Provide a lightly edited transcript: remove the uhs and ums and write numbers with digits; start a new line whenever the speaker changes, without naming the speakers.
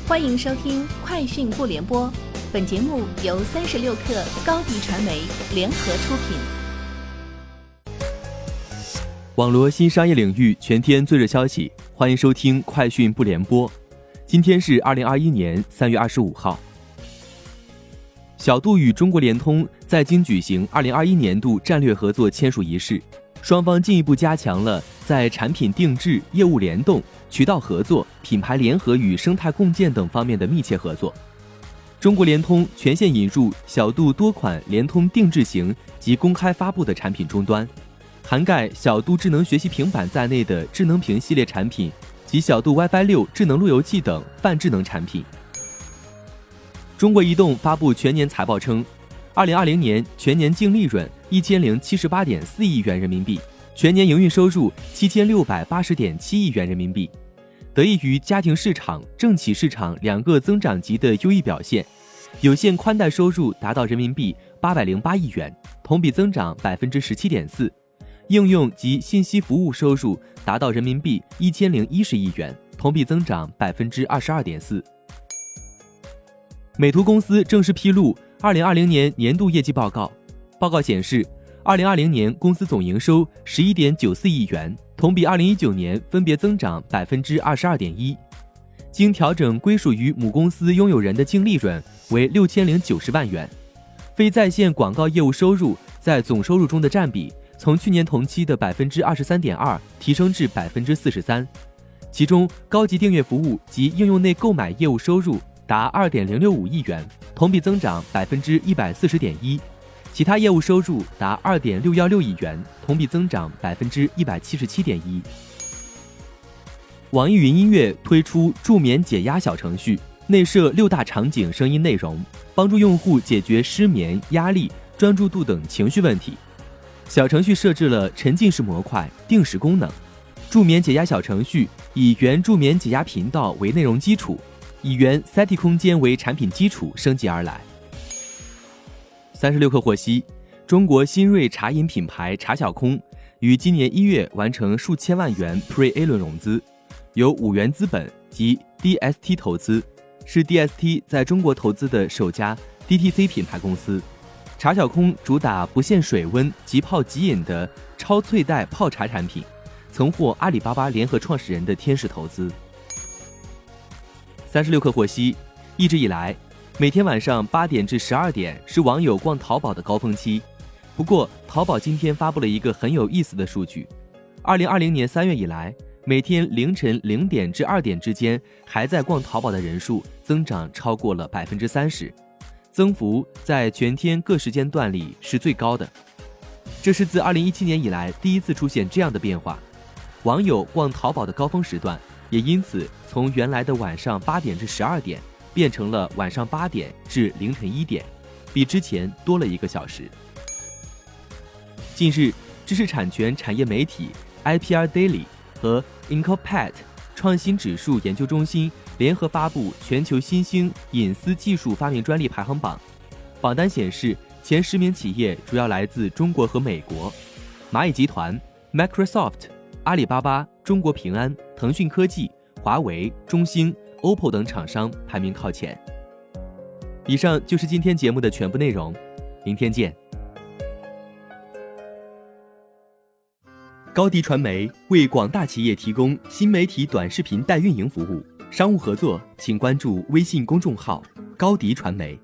欢迎收听快讯不联播，本节目由36克高迪传媒联合出品。
网罗新商业领域全天最热消息，欢迎收听快讯不联播。今天是2021年3月25号。小度与中国联通在京举行2021年度战略合作签署仪式，双方进一步加强了在产品定制、业务联动、渠道合作、品牌联合与生态共建等方面的密切合作。中国联通全线引入小度多款联通定制型及公开发布的产品终端，涵盖小度智能学习平板在内的智能屏系列产品及小度 WiFi 6智能路由器等泛智能产品。中国移动发布全年财报称，2020年全年净利润1078.4亿元人民币，全年营运收入7680.7亿元人民币。得益于家庭市场、政企市场两个增长极的优异表现，有线宽带收入达到人民币808亿元，同比增长17.4%，应用及信息服务收入达到人民币1010亿元，同比增长22.4%。美图公司正式披露2020年年度业绩报告，报告显示2020年公司总营收11.94亿元，同比2019年分别增长22.1%，经调整归属于母公司拥有人的净利润为6090万元，非在线广告业务收入在总收入中的占比从去年同期的23.2%提升至43%，其中高级订阅服务及应用内购买业务收入达2.065亿元，同比增长140.1%，其他业务收入达2.616亿元，同比增长177.1%。网易云音乐推出助眠解压小程序，内设6大场景声音内容，帮助用户解决失眠、压力、专注度等情绪问题。小程序设置了沉浸式模块、定时功能。助眠解压小程序以原助眠解压频道为内容基础，以原 SETI 空间为产品基础升级而来。36氪获悉，中国新锐茶饮品牌茶小空于今年1月完成数千万元 Pre-A 轮融资，由五源资本及 DST 投资，是 DST 在中国投资的首家 DTC 品牌公司。茶小空主打不限水温即泡即饮的超萃带泡茶产品，曾获阿里巴巴联合创始人的天使投资。36氪获悉，一直以来每天晚上8点至12点是网友逛淘宝的高峰期。不过淘宝今天发布了一个很有意思的数据，2020年3月以来，每天凌晨0点至2点之间还在逛淘宝的人数增长超过了30%，增幅在全天各时间段里是最高的。这是自2017年以来第一次出现这样的变化，网友逛淘宝的高峰时段也因此从原来的晚上8点至12点变成了晚上8点至凌晨1点，比之前多了1个小时。近日，知识产权产业媒体 IPR Daily 和 Incopet 创新指数研究中心联合发布全球新兴隐私技术发明专利排行榜，榜单显示前10名企业主要来自中国和美国，蚂蚁集团、Microsoft、阿里巴巴、中国平安、腾讯科技、华为、中兴、OPPO 等厂商排名靠前。以上就是今天节目的全部内容，明天见。高迪传媒为广大企业提供新媒体短视频代运营服务，商务合作请关注微信公众号高迪传媒。